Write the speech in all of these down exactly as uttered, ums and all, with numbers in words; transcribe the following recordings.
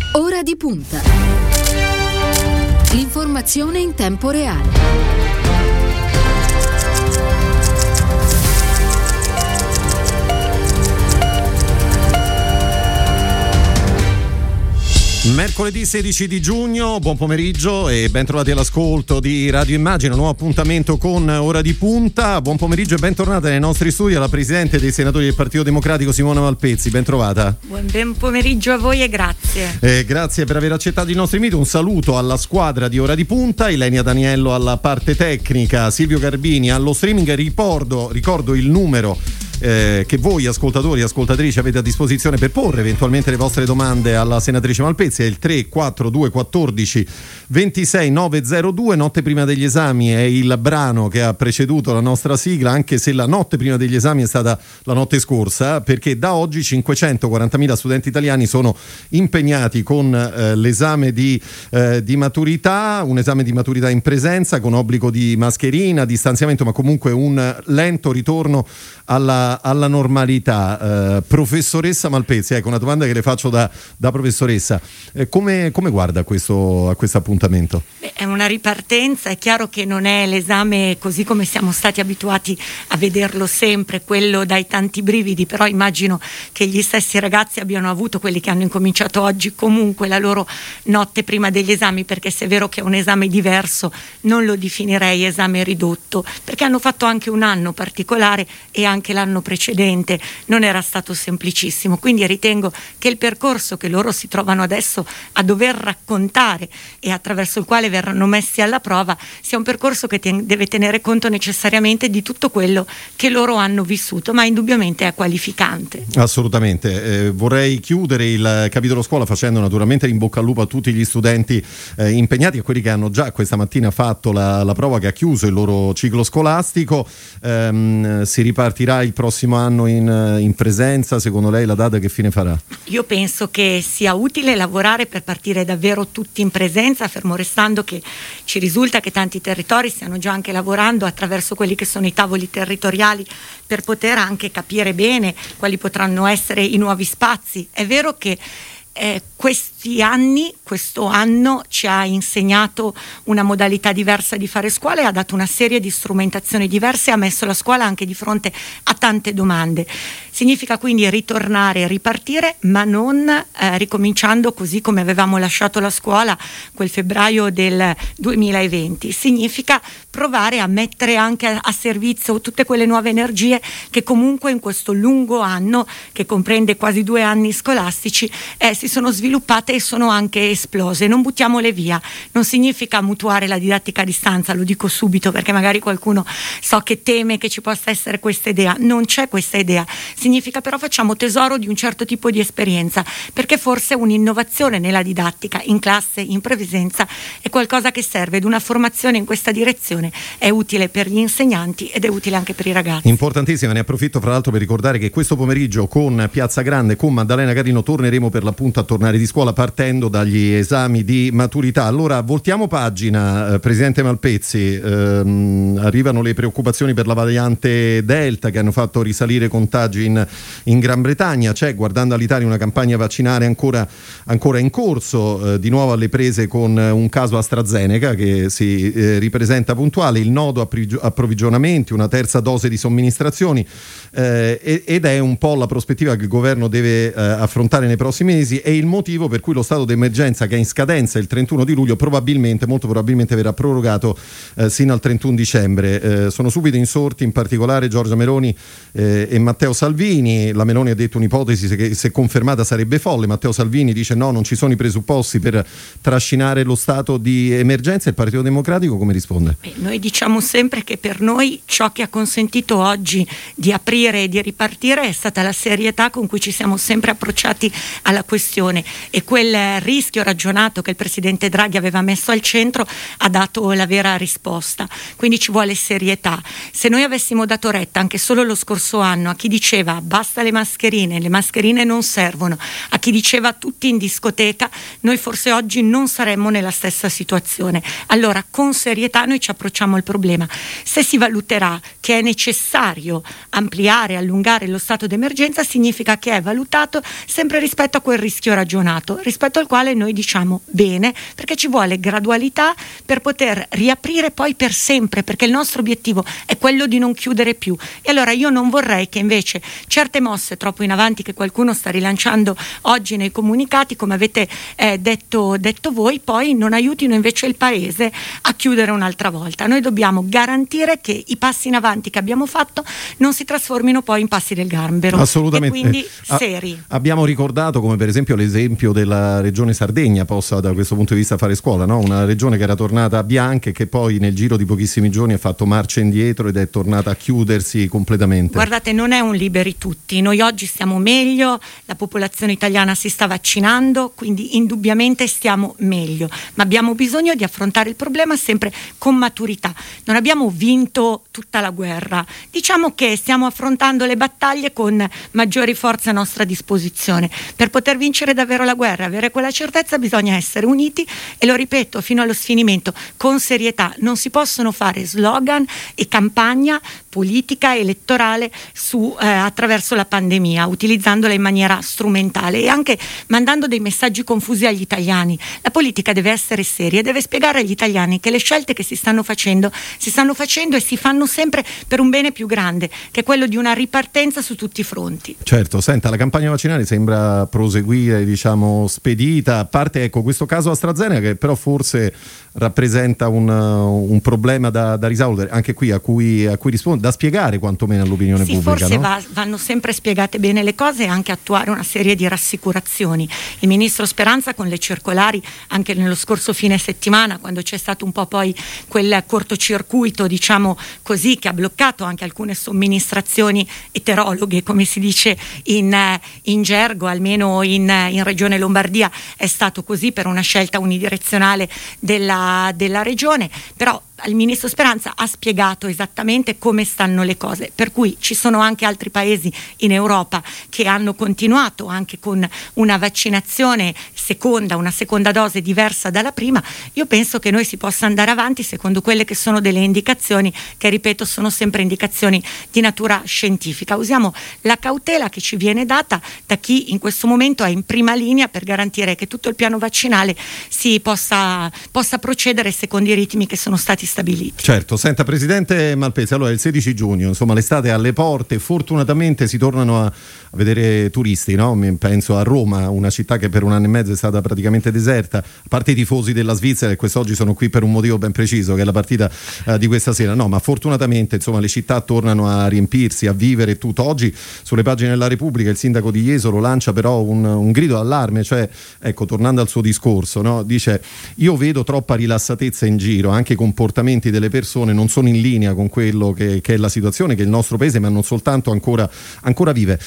Ora di punta. L'informazione in tempo reale. Mercoledì sedici di giugno, buon pomeriggio e ben trovati all'ascolto di Radio Immagine, nuovo appuntamento con Ora di Punta. Buon pomeriggio e bentornata nei nostri studi alla Presidente dei Senatori del Partito Democratico Simona Malpezzi, ben trovata. Buon ben pomeriggio a voi e grazie. Eh, grazie per aver accettato il nostro invito, un saluto alla squadra di Ora di Punta, Ilenia Daniello alla parte tecnica, Silvio Garbini allo streaming. Ricordo, ricordo il numero Eh, che voi ascoltatori e ascoltatrici avete a disposizione per porre eventualmente le vostre domande alla senatrice Malpezzi, è il tre quattro due quattordici ventisei novecentodue. Notte prima degli esami è il brano che ha preceduto la nostra sigla, anche se la notte prima degli esami è stata la notte scorsa, perché da oggi cinquecentoquarantamila studenti italiani sono impegnati con eh, l'esame di, eh, di maturità, un esame di maturità in presenza con obbligo di mascherina, distanziamento, ma comunque un lento ritorno alla alla normalità. Eh, professoressa Malpezzi, ecco una domanda che le faccio da, da professoressa, eh, come, come guarda a questo, a questo appuntamento? Beh, è una ripartenza, è chiaro che non è l'esame così come siamo stati abituati a vederlo sempre, quello dai tanti brividi, però immagino che gli stessi ragazzi abbiano avuto, quelli che hanno incominciato oggi, comunque la loro notte prima degli esami, perché se è vero che è un esame diverso non lo definirei esame ridotto, perché hanno fatto anche un anno particolare e anche l'anno precedente non era stato semplicissimo, quindi ritengo che il percorso che loro si trovano adesso a dover raccontare e attraverso il quale verranno messi alla prova sia un percorso che ten- deve tenere conto necessariamente di tutto quello che loro hanno vissuto, ma indubbiamente è qualificante. Assolutamente. Eh, vorrei chiudere il capitolo scuola facendo naturalmente in bocca al lupo a tutti gli studenti eh, impegnati e quelli che hanno già questa mattina fatto la, la prova che ha chiuso il loro ciclo scolastico. Ehm, si ripartirà il prossimo anno in, in presenza, secondo lei la data che fine farà? Io penso che sia utile lavorare per partire davvero tutti in presenza, fermo restando che ci risulta che tanti territori stiano già anche lavorando attraverso quelli che sono i tavoli territoriali per poter anche capire bene quali potranno essere i nuovi spazi. È vero che Eh, questi anni, questo anno ci ha insegnato una modalità diversa di fare scuola e ha dato una serie di strumentazioni diverse e ha messo la scuola anche di fronte a tante domande. Significa quindi ritornare, ripartire, ma non eh, ricominciando così come avevamo lasciato la scuola quel febbraio del duemilaventi. Significa provare a mettere anche a, a servizio tutte quelle nuove energie che comunque in questo lungo anno, che comprende quasi due anni scolastici, eh, si sono sviluppate e sono anche esplose. Non buttiamole via, non significa mutuare la didattica a distanza, lo dico subito perché magari qualcuno so che teme che ci possa essere questa idea, non c'è questa idea, significa però facciamo tesoro di un certo tipo di esperienza, perché forse un'innovazione nella didattica in classe, in presenza è qualcosa che serve ed una formazione in questa direzione è utile per gli insegnanti ed è utile anche per i ragazzi. Importantissima, ne approfitto fra l'altro per ricordare che questo pomeriggio con Piazza Grande, con Maddalena Carino torneremo per l'appunto a tornare di scuola partendo dagli esami di maturità. Allora voltiamo pagina, eh, Presidente Malpezzi, ehm, arrivano le preoccupazioni per la variante Delta che hanno fatto risalire contagi in, in Gran Bretagna. C'è, guardando all'Italia, una campagna vaccinale ancora, ancora in corso, eh, di nuovo alle prese con un caso AstraZeneca che si eh, ripresenta puntuale, il nodo approvvigionamenti, una terza dose di somministrazioni, eh, ed è un po' la prospettiva che il governo deve eh, affrontare nei prossimi mesi e il motivo per cui lo stato d'emergenza, che è in scadenza il trentuno di luglio, probabilmente, molto probabilmente verrà prorogato eh, sino al trentuno dicembre. Eh, sono subito insorti in particolare Giorgia Meloni eh, e Matteo Salvini. La Meloni ha detto un'ipotesi che, se confermata, sarebbe folle. Matteo Salvini dice no, non ci sono i presupposti per trascinare lo stato di emergenza. Il Partito Democratico come risponde? Beh, noi diciamo sempre che per noi ciò che ha consentito oggi di aprire e di ripartire è stata la serietà con cui ci siamo sempre approcciati alla questione, e quel rischio ragionato che il Presidente Draghi aveva messo al centro ha dato la vera risposta. Quindi ci vuole serietà. Se noi avessimo dato retta anche solo lo scorso anno a chi diceva basta le mascherine, le mascherine non servono, a chi diceva tutti in discoteca, noi forse oggi non saremmo nella stessa situazione. Allora con serietà noi ci approcciamo al problema. Se si valuterà che è necessario ampliare ampliare, allungare lo stato d'emergenza significa che è valutato sempre rispetto a quel rischio ragionato, rispetto al quale noi diciamo bene, perché ci vuole gradualità per poter riaprire poi per sempre, perché il nostro obiettivo è quello di non chiudere più. E allora io non vorrei che invece certe mosse troppo in avanti che qualcuno sta rilanciando oggi nei comunicati, come avete eh, detto, detto voi, poi non aiutino invece il Paese a chiudere un'altra volta. Noi dobbiamo garantire che i passi in avanti che abbiamo fatto non si trasformino poi in passi del gambero. Assolutamente. E quindi A- seri. Abbiamo ricordato come per esempio l'esempio della regione Sardegna possa da questo punto di vista fare scuola, no? Una regione che era tornata bianca e che poi nel giro di pochissimi giorni ha fatto marcia indietro ed è tornata a chiudersi completamente. Guardate, non è un liberi tutti, noi oggi stiamo meglio, la popolazione italiana si sta vaccinando, quindi indubbiamente stiamo meglio, ma abbiamo bisogno di affrontare il problema sempre con maturità. Non abbiamo vinto tutta la guerra, diciamo che stiamo affrontando le battaglie con maggiori forze a nostra disposizione. Per poter vincere davvero la guerra, avere quella certezza, bisogna essere uniti e lo ripeto fino allo sfinimento, con serietà. Non si possono fare slogan e campagna politica elettorale su, eh, attraverso la pandemia, utilizzandola in maniera strumentale e anche mandando dei messaggi confusi agli italiani. La politica deve essere seria e deve spiegare agli italiani che le scelte che si stanno facendo si stanno facendo e si fanno sempre per un bene più grande, che è quello di una ripartenza su tutti i fronti. Certo, senta, la campagna vaccinale sembra proseguire, diciamo, spedita, a parte ecco questo caso AstraZeneca che però forse rappresenta un, un problema da, da risolvere, anche qui a cui, a cui risponde, da spiegare quantomeno all'opinione sì, pubblica. Forse no? va, vanno sempre spiegate bene le cose e anche attuare una serie di rassicurazioni. Il ministro Speranza con le circolari anche nello scorso fine settimana, quando c'è stato un po' poi quel cortocircuito, diciamo così, che ha bloccato anche alcune somministrazioni eterologhe, come si dice in, in gergo, almeno in, in Regione Lombardia è stato così per una scelta unidirezionale della, della regione, però il ministro Speranza ha spiegato esattamente come stanno le cose, per cui ci sono anche altri paesi in Europa che hanno continuato anche con una vaccinazione seconda, una seconda dose diversa dalla prima. Io penso che noi si possa andare avanti secondo quelle che sono delle indicazioni che, ripeto, sono sempre indicazioni di natura scientifica. Usiamo la cautela che ci viene data da chi in questo momento è in prima linea per garantire che tutto il piano vaccinale si possa, possa procedere secondo i ritmi che sono stati stabiliti. Certo, senta Presidente Malpezzi, allora il sedici giugno, insomma l'estate è alle porte, fortunatamente si tornano a, a vedere turisti, no? Penso a Roma, una città che per un anno e mezzo è stata praticamente deserta, a parte i tifosi della Svizzera che quest'oggi sono qui per un motivo ben preciso che è la partita eh, di questa sera, no, ma fortunatamente insomma le città tornano a riempirsi, a vivere tutto. Oggi sulle pagine della Repubblica il sindaco di Jesolo lancia però un, un grido d'allarme, cioè ecco, tornando al suo discorso, no? Dice: io vedo troppa rilassatezza in giro, anche i comportamenti delle persone non sono in linea con quello che, che è la situazione che il nostro paese, ma non soltanto, ancora, ancora vive.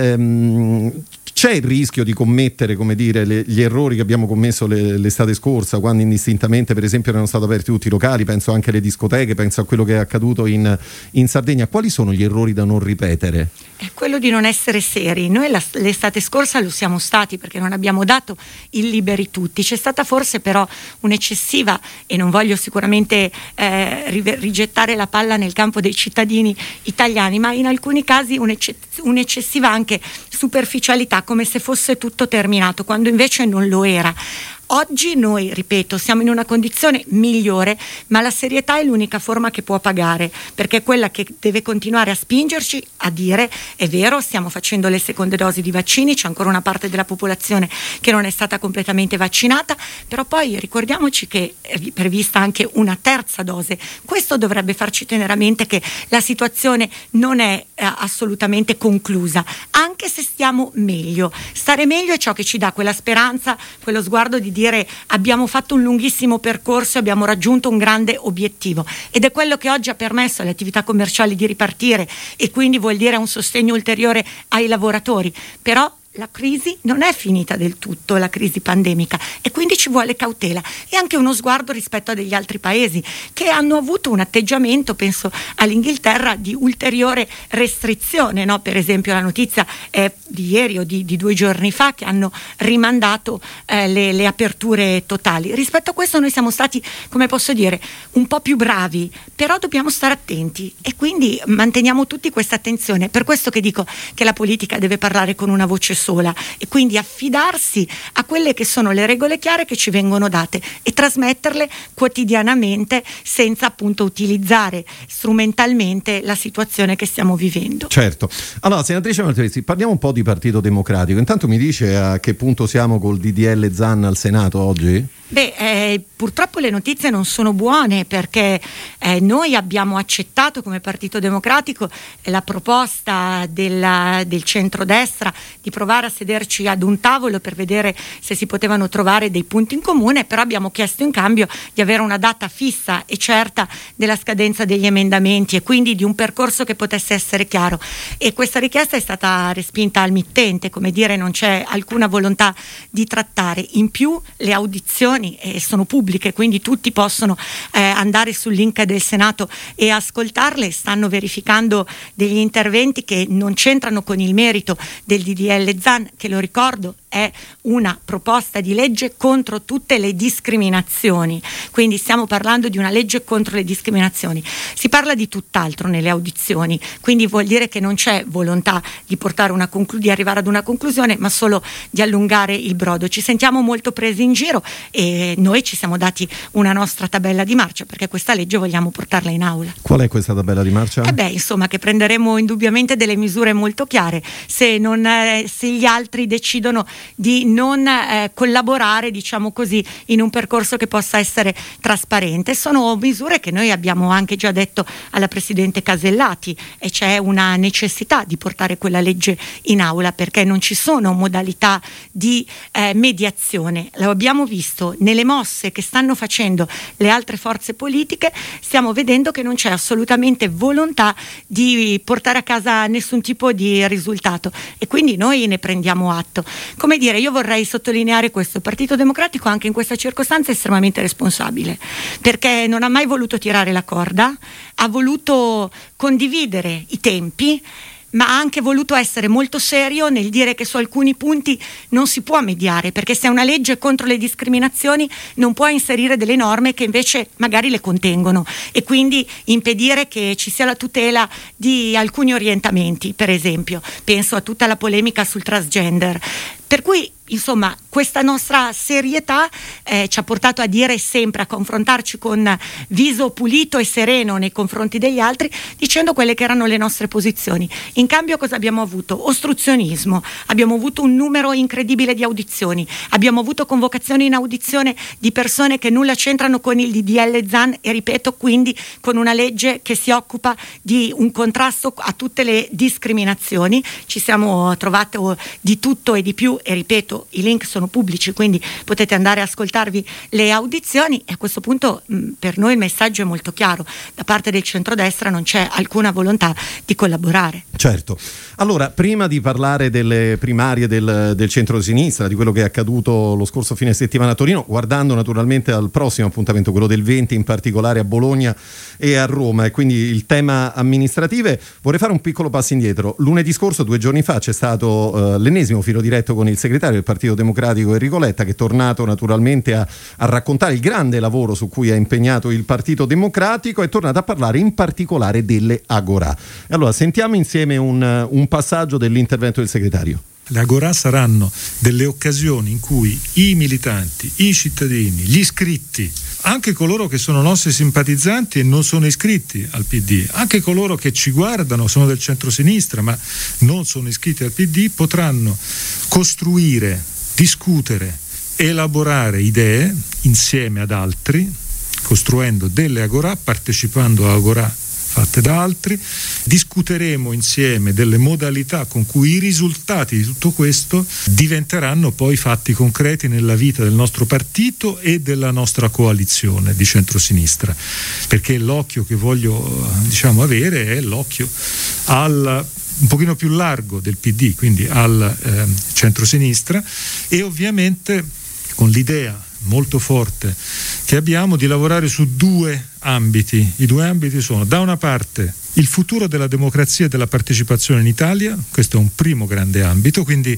Ehm, c'è il rischio di commettere, come dire, le, gli errori che abbiamo commesso le, l'estate scorsa, quando indistintamente per esempio erano stati aperti tutti i locali, penso anche alle discoteche, penso a quello che è accaduto in, in Sardegna. Quali sono gli errori da non ripetere? È quello di non essere seri. Noi la, l'estate scorsa lo siamo stati perché non abbiamo dato il liberi tutti. C'è stata forse però un'eccessiva, e non voglio sicuramente eh, rigettare la palla nel campo dei cittadini italiani, ma in alcuni casi un'ecce, un'eccessiva anche superficialità, come se fosse tutto terminato, quando invece non lo era. Oggi noi, ripeto, siamo in una condizione migliore, ma la serietà è l'unica forma che può pagare, perché è quella che deve continuare a spingerci a dire: è vero, stiamo facendo le seconde dosi di vaccini, c'è ancora una parte della popolazione che non è stata completamente vaccinata, però poi ricordiamoci che è prevista anche una terza dose. Questo dovrebbe farci tenere a mente che la situazione non è eh, assolutamente conclusa, anche se stiamo meglio. Stare meglio è ciò che ci dà quella speranza, quello sguardo di dire: abbiamo fatto un lunghissimo percorso, abbiamo raggiunto un grande obiettivo, ed è quello che oggi ha permesso alle attività commerciali di ripartire e quindi vuol dire un sostegno ulteriore ai lavoratori. Però la crisi non è finita del tutto, la crisi pandemica, e quindi ci vuole cautela e anche uno sguardo rispetto a degli altri paesi che hanno avuto un atteggiamento, penso all'Inghilterra, di ulteriore restrizione, no? Per esempio la notizia è di ieri o di, di due giorni fa che hanno rimandato eh, le, le aperture totali. Rispetto a questo noi siamo stati, come posso dire, un po' più bravi, però dobbiamo stare attenti e quindi manteniamo tutti questa attenzione. Per questo che dico che la politica deve parlare con una voce sola e quindi affidarsi a quelle che sono le regole chiare che ci vengono date e trasmetterle quotidianamente senza appunto utilizzare strumentalmente la situazione che stiamo vivendo. Certo. Allora, senatrice Malpezzi, parliamo un po' di Partito Democratico. Intanto mi dice a che punto siamo col D D L Zan al Senato oggi? Beh, eh, purtroppo le notizie non sono buone perché eh, noi abbiamo accettato come Partito Democratico eh, la proposta della, del centrodestra di provare a sederci ad un tavolo per vedere se si potevano trovare dei punti in comune, però abbiamo chiesto in cambio di avere una data fissa e certa della scadenza degli emendamenti e quindi di un percorso che potesse essere chiaro, e questa richiesta è stata respinta al mittente, come dire, non c'è alcuna volontà di trattare. In più le audizioni e sono pubbliche, quindi tutti possono eh, andare sul link del Senato e ascoltarle. Stanno verificando degli interventi che non c'entrano con il merito del D D L Zan, che lo ricordo è una proposta di legge contro tutte le discriminazioni, quindi stiamo parlando di una legge contro le discriminazioni. Si parla di tutt'altro nelle audizioni, quindi vuol dire che non c'è volontà di portare una conclu- di arrivare ad una conclusione, ma solo di allungare il brodo. Ci sentiamo molto presi in giro e noi ci siamo dati una nostra tabella di marcia perché questa legge vogliamo portarla in aula. Qual è questa tabella di marcia? Eh beh, insomma, che prenderemo indubbiamente delle misure molto chiare se, non, eh, se gli altri decidono di non eh, collaborare, diciamo così, in un percorso che possa essere trasparente. Sono misure che noi abbiamo anche già detto alla Presidente Casellati e c'è una necessità di portare quella legge in aula perché non ci sono modalità di eh, mediazione. Lo abbiamo visto nelle mosse che stanno facendo le altre forze politiche, stiamo vedendo che non c'è assolutamente volontà di portare a casa nessun tipo di risultato e quindi noi ne prendiamo atto. Come dire, io vorrei sottolineare questo: il Partito Democratico anche in questa circostanza è estremamente responsabile perché non ha mai voluto tirare la corda, ha voluto condividere i tempi, ma ha anche voluto essere molto serio nel dire che su alcuni punti non si può mediare, perché se è una legge contro le discriminazioni non può inserire delle norme che invece magari le contengono e quindi impedire che ci sia la tutela di alcuni orientamenti, per esempio. Penso a tutta la polemica sul transgender. Per cui, insomma, questa nostra serietà eh, ci ha portato a dire sempre, a confrontarci con viso pulito e sereno nei confronti degli altri, dicendo quelle che erano le nostre posizioni. In cambio cosa abbiamo avuto? Ostruzionismo, abbiamo avuto un numero incredibile di audizioni, abbiamo avuto convocazioni in audizione di persone che nulla c'entrano con il D D L Zan e, ripeto, quindi con una legge che si occupa di un contrasto a tutte le discriminazioni. Ci siamo trovati di tutto e di più e, ripeto, i link sono pubblici, quindi potete andare a ascoltarvi le audizioni e a questo punto mh, per noi il messaggio è molto chiaro: da parte del centrodestra non c'è alcuna volontà di collaborare. Certo. Allora, prima di parlare delle primarie del, del centro-sinistra, di quello che è accaduto lo scorso fine settimana a Torino, guardando naturalmente al prossimo appuntamento, quello del venti, in particolare a Bologna e a Roma, e quindi il tema amministrative, vorrei fare un piccolo passo indietro. Lunedì scorso, due giorni fa, c'è stato uh, l'ennesimo filo diretto con il segretario del Partito Democratico Enrico Letta, che è tornato naturalmente a, a raccontare il grande lavoro su cui è impegnato il Partito Democratico, è tornato a parlare in particolare delle Agorà. E allora sentiamo insieme un, un passaggio dell'intervento del segretario. Le Agorà saranno delle occasioni in cui i militanti, i cittadini, gli iscritti, anche coloro che sono nostri simpatizzanti e non sono iscritti al P D, anche coloro che ci guardano, sono del centro-sinistra ma non sono iscritti al P D, potranno costruire, discutere, elaborare idee insieme ad altri, costruendo delle Agorà, partecipando a Agorà fatte da altri. Discuteremo insieme delle modalità con cui i risultati di tutto questo diventeranno poi fatti concreti nella vita del nostro partito e della nostra coalizione di centrosinistra, perché l'occhio che voglio, diciamo, avere è l'occhio al un pochino più largo del P D, quindi al eh, centrosinistra, e ovviamente con l'idea molto forte che abbiamo di lavorare su due ambiti. I due ambiti sono, da una parte, il futuro della democrazia e della partecipazione in Italia, questo è un primo grande ambito, quindi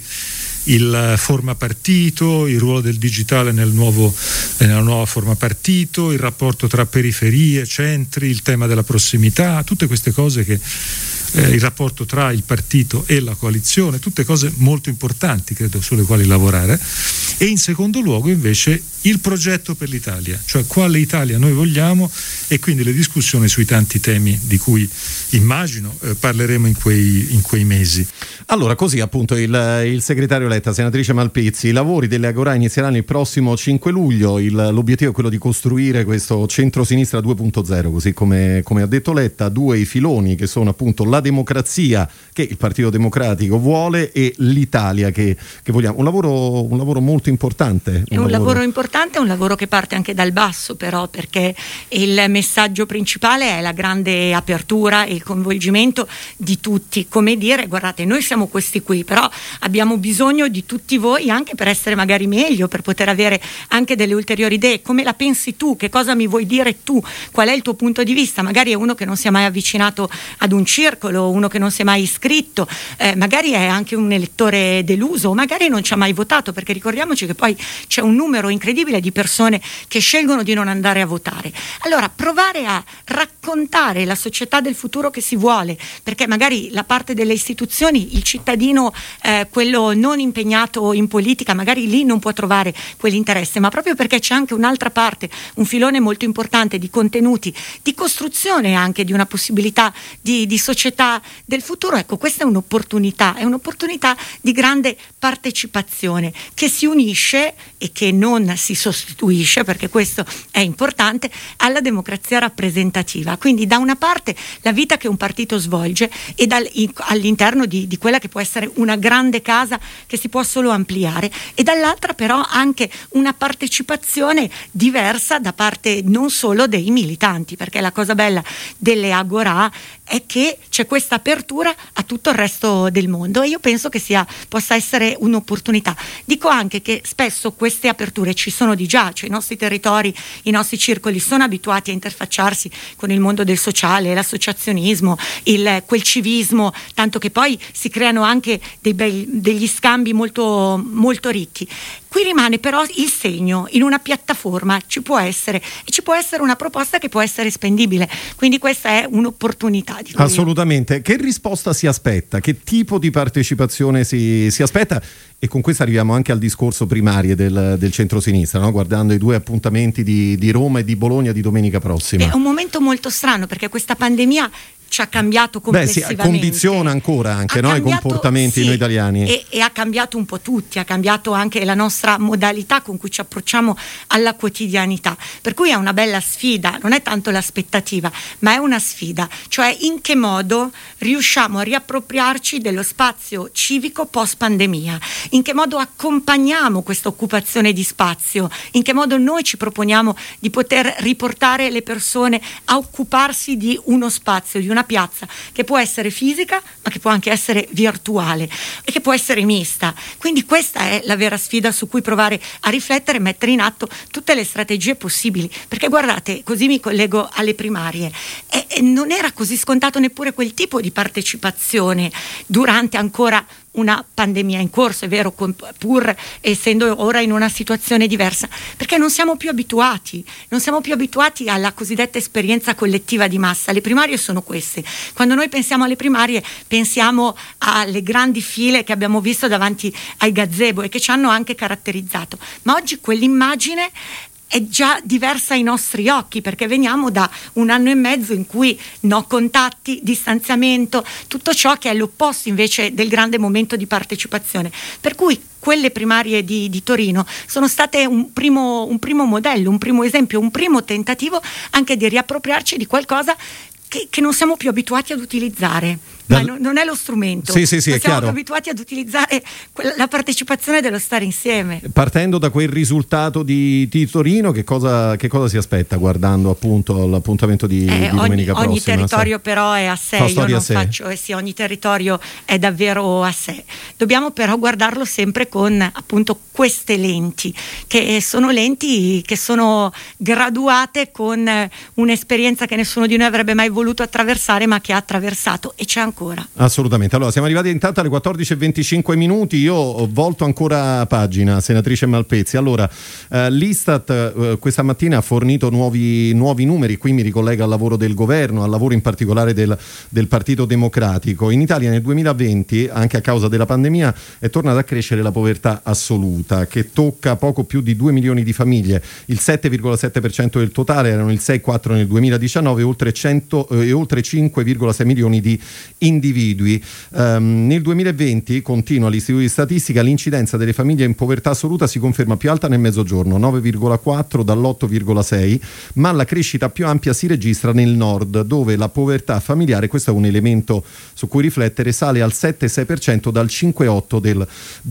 il forma partito, il ruolo del digitale nel nuovo, nella nuova forma partito, il rapporto tra periferie, centri, il tema della prossimità, tutte queste cose che eh, il rapporto tra il partito e la coalizione, tutte cose molto importanti, credo, sulle quali lavorare. E in secondo luogo invece il progetto per l'Italia, cioè quale Italia noi vogliamo, e quindi le discussioni sui tanti temi di cui immagino eh, parleremo in quei, in quei mesi. Allora, così appunto il, il segretario eletta, senatrice Malpezzi, i lavori delle Agorà inizieranno il prossimo cinque luglio, il, l'obiettivo è quello di costruire questo centrosinistra due punto zero, così come, come ha detto Letta, due i filoni che sono appunto la democrazia che il Partito Democratico vuole e l'Italia che, che vogliamo. Un lavoro, un lavoro molto importante. È un, un lavoro... lavoro importante, un lavoro che parte anche dal basso però, perché il messaggio principale è la grande apertura e il coinvolgimento di tutti, come dire, guardate, noi siamo questi qui, però abbiamo bisogno di tutti voi anche per essere magari meglio, per poter avere anche delle ulteriori idee. Come la pensi tu? Che cosa mi vuoi dire tu? Qual è il tuo punto di vista? Magari è uno che non si è mai avvicinato ad un circolo, uno che non si è mai iscritto, eh, magari è anche un elettore deluso, magari non ci ha mai votato, perché ricordiamoci che poi c'è un numero incredibile di persone che scelgono di non andare a votare. Allora, provare a raccontare la società del futuro che si vuole, perché magari la parte delle istituzioni, il cittadino, eh, quello non impegnato in politica, magari lì non può trovare quell'interesse, ma proprio perché c'è anche un'altra parte, un filone molto importante di contenuti, di costruzione anche di una possibilità di, di società del futuro. Ecco, questa è un'opportunità, è un'opportunità di grande partecipazione che si unisce e che non si sostituisce, perché questo è importante, alla democrazia rappresentativa. Quindi da una parte la vita che un partito svolge e dal, in, all'interno di, di quella che può essere una grande casa che si può solo ampliare, e dall'altra però anche una partecipazione diversa da parte non solo dei militanti, perché la cosa bella delle Agorà è che c'è questa apertura a tutto il resto del mondo, e io penso che sia, possa essere un'opportunità. Dico anche che spesso queste aperture ci sono di già, cioè i nostri territori, i nostri circoli sono abituati a interfacciarsi con il mondo del sociale, l'associazionismo, il, quel civismo, tanto che poi si creano anche dei bei, degli scambi molto, molto ricchi. Qui rimane però il segno, in una piattaforma ci può essere, e ci può essere una proposta che può essere spendibile, quindi questa è un'opportunità. Di Assolutamente. Che risposta si aspetta? Che tipo di partecipazione si, si aspetta? E con questo arriviamo anche al discorso primarie del, del centrosinistra, no? Guardando i due appuntamenti di, di Roma e di Bologna di domenica prossima. È un momento molto strano, perché questa pandemia ci ha cambiato complessivamente. Beh, sì, condiziona ancora anche no, cambiato, i comportamenti sì, noi italiani. E, e ha cambiato un po' tutti, ha cambiato anche la nostra modalità con cui ci approcciamo alla quotidianità. Per cui è una bella sfida, non è tanto l'aspettativa, ma è una sfida. Cioè, in che modo riusciamo a riappropriarci dello spazio civico post pandemia? In che modo accompagniamo questa occupazione di spazio? In che modo noi ci proponiamo di poter riportare le persone a occuparsi di uno spazio, di una piazza che può essere fisica ma che può anche essere virtuale e che può essere mista. Quindi questa è la vera sfida su cui provare a riflettere e mettere in atto tutte le strategie possibili, perché guardate, così mi collego alle primarie, e, e non era così scontato neppure quel tipo di partecipazione durante ancora una pandemia in corso, è vero, pur essendo ora in una situazione diversa, perché non siamo più abituati, non siamo più abituati alla cosiddetta esperienza collettiva di massa. Le primarie sono queste. Quando noi pensiamo alle primarie pensiamo alle grandi file che abbiamo visto davanti ai gazebo e che ci hanno anche caratterizzato, ma oggi quell'immagine è già diversa ai nostri occhi, perché veniamo da un anno e mezzo in cui no contatti, distanziamento, tutto ciò che è l'opposto invece del grande momento di partecipazione. Per cui quelle primarie di, di Torino sono state un primo, un primo modello, un primo esempio, un primo tentativo anche di riappropriarci di qualcosa che, che non siamo più abituati ad utilizzare. Ma non, non è lo strumento. Sì, sì, sì, è siamo chiaro. abituati ad utilizzare la partecipazione dello stare insieme. Partendo da quel risultato di, di Torino, che cosa, che cosa si aspetta guardando appunto l'appuntamento di, eh, di domenica ogni, prossima? Ogni territorio sa? però è a sé, Fa io storia non a sé. faccio, eh sì, ogni territorio è davvero a sé. Dobbiamo però guardarlo sempre con appunto queste lenti, che sono lenti che sono graduate con un'esperienza che nessuno di noi avrebbe mai voluto attraversare, ma che ha attraversato e c'è ancora. Assolutamente. Allora siamo arrivati intanto alle quattordici e venticinque minuti. Io ho volto ancora pagina, senatrice Malpezzi. Allora eh, l'Istat eh, questa mattina ha fornito nuovi, nuovi numeri, qui mi ricollega al lavoro del governo, al lavoro in particolare del, del Partito Democratico. In Italia nel duemilaventi, anche a causa della pandemia, è tornata a crescere la povertà assoluta, che tocca poco più di due milioni di famiglie, il sette virgola sette per cento del totale, erano il sei virgola quattro nel duemiladiciannove, oltre cento eh, e oltre cinque virgola sei milioni di individui. Um, nel duemilaventi, continua l'Istituto di Statistica, l'incidenza delle famiglie in povertà assoluta si conferma più alta nel Mezzogiorno, nove virgola quattro dall'otto virgola sei, ma la crescita più ampia si registra nel Nord, dove la povertà familiare, questo è un elemento su cui riflettere, sale al sette virgola sei per cento dal cinque virgola otto del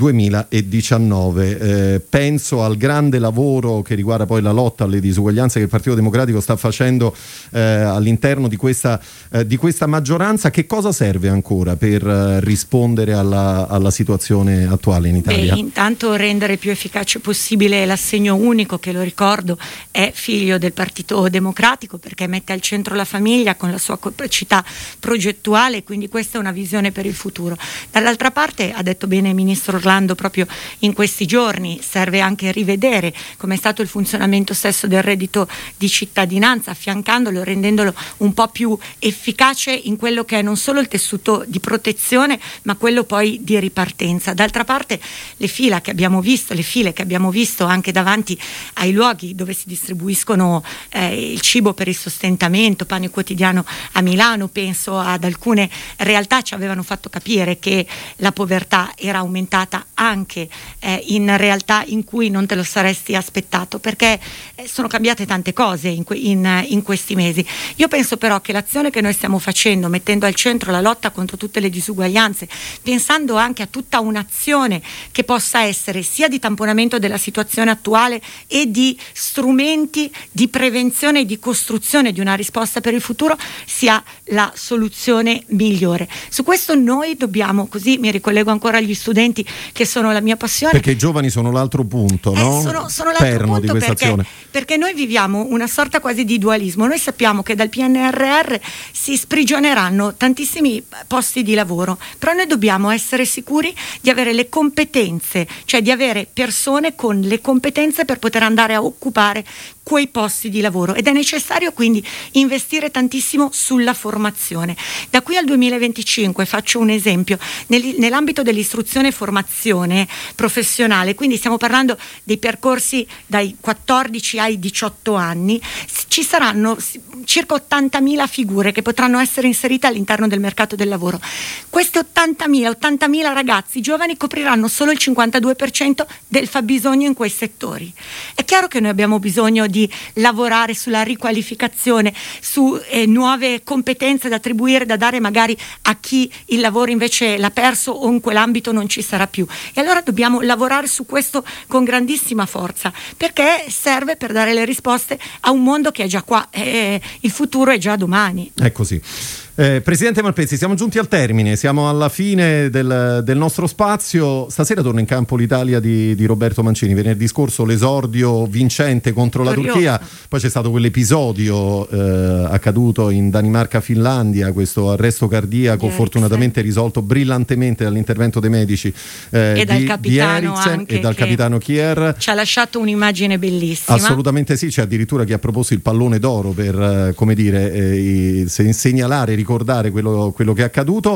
duemiladiciannove. Eh, penso al grande lavoro che riguarda poi la lotta alle disuguaglianze che il Partito Democratico sta facendo eh, all'interno di questa, eh, di questa maggioranza. Che cosa serve ancora per eh, rispondere alla, alla situazione attuale in Italia? Beh, intanto rendere più efficace possibile l'assegno unico, che lo ricordo è figlio del Partito Democratico, perché mette al centro la famiglia con la sua capacità progettuale, quindi questa è una visione per il futuro. Dall'altra parte, ha detto bene il ministro Orlando proprio in questi giorni, serve anche rivedere come è stato il funzionamento stesso del reddito di cittadinanza, affiancandolo, rendendolo un po' più efficace in quello che è non solo il tessuto di protezione, ma quello poi di ripartenza. D'altra parte le fila che abbiamo visto, le file che abbiamo visto anche davanti ai luoghi dove si distribuiscono eh, il cibo per il sostentamento, Pane Quotidiano a Milano, penso ad alcune realtà, ci avevano fatto capire che la povertà era aumentata anche eh, in realtà in cui non te lo saresti aspettato, perché eh, sono cambiate tante cose in, que- in, in questi mesi. Io penso però che l'azione che noi stiamo facendo, mettendo al centro la lotta contro tutte le disuguaglianze, pensando anche a tutta un'azione che possa essere sia di tamponamento della situazione attuale e di strumenti di prevenzione e di costruzione di una risposta per il futuro, sia la soluzione migliore. Su questo noi dobbiamo, così mi ricollego ancora agli studenti che sono la mia passione, perché i giovani sono l'altro punto, eh, no? sono, sono l'altro Perno punto di questa perché, azione. perché noi viviamo una sorta quasi di dualismo. Noi sappiamo che dal P N R R si sprigioneranno tantissimi posti di lavoro, però noi dobbiamo essere sicuri di avere le competenze, cioè di avere persone con le competenze per poter andare a occupare quei posti di lavoro, ed è necessario quindi investire tantissimo sulla formazione. Da qui al duemilaventicinque, faccio un esempio, nel, nell'ambito dell'istruzione e formazione professionale, quindi stiamo parlando dei percorsi dai quattordici ai diciotto anni, ci saranno circa ottantamila figure che potranno essere inserite all'interno del mercato del lavoro. Queste ottantamila, ottantamila ragazzi giovani copriranno solo il cinquantadue per cento del fabbisogno in quei settori. È chiaro che noi abbiamo bisogno di di lavorare sulla riqualificazione, su eh, nuove competenze da attribuire, da dare magari a chi il lavoro invece l'ha perso o in quell'ambito non ci sarà più. E allora dobbiamo lavorare su questo con grandissima forza, perché serve per dare le risposte a un mondo che è già qua, eh, il futuro è già domani. È così. Eh, Presidente Malpezzi, siamo giunti al termine, siamo alla fine del, del nostro spazio. Stasera torna in campo l'Italia di, di Roberto Mancini. Venerdì scorso l'esordio vincente contro la Curioso. Turchia, poi c'è stato quell'episodio eh, accaduto in Danimarca-Finlandia, questo arresto cardiaco Di fortunatamente risolto brillantemente dall'intervento dei medici eh, e dal di, capitano di Eriksen anche, e dal che capitano Kier. Ci ha lasciato un'immagine bellissima. Assolutamente sì, c'è addirittura chi ha proposto il pallone d'oro per eh, come dire eh, i, se, segnalare, ricordare quello, quello che è accaduto.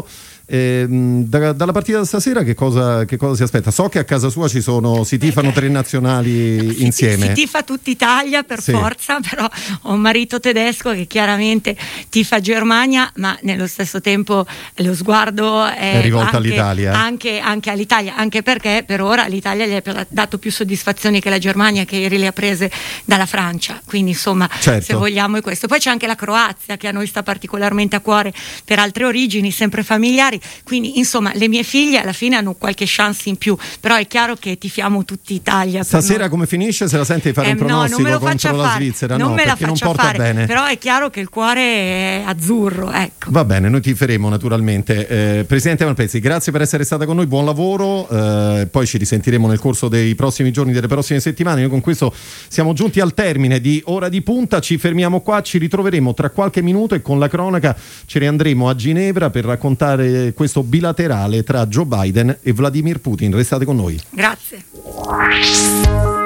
Eh, da, dalla partita stasera che cosa, che cosa si aspetta? So che a casa sua ci sono, si tifano tre nazionali si, insieme. Si tifa tutta Italia per sì. forza, però ho un marito tedesco che chiaramente tifa Germania, ma nello stesso tempo lo sguardo è, è rivolto anche, all'Italia. Anche, anche all'Italia, anche perché per ora l'Italia gli ha dato più soddisfazioni che la Germania, che ieri le ha prese dalla Francia, quindi insomma certo. se vogliamo è questo. Poi c'è anche la Croazia che a noi sta particolarmente a cuore per altre origini, sempre familiari, quindi insomma le mie figlie alla fine hanno qualche chance in più, però è chiaro che tifiamo tutti Italia. Stasera come finisce? Se la sente di fare eh, un pronostico no, non me lo contro la fare. Svizzera? Non no, me la perché non faccia porta fare, bene. però è chiaro che il cuore è azzurro, ecco. Va bene, noi tiferemo naturalmente. Eh, Presidente Malpezzi, grazie per essere stata con noi, buon lavoro, eh, poi ci risentiremo nel corso dei prossimi giorni, delle prossime settimane. Noi con questo siamo giunti al termine di Ora di Punta, ci fermiamo qua, ci ritroveremo tra qualche minuto e con la cronaca ci riandremo a Ginevra per raccontare questo bilaterale tra Joe Biden e Vladimir Putin. Restate con noi. Grazie.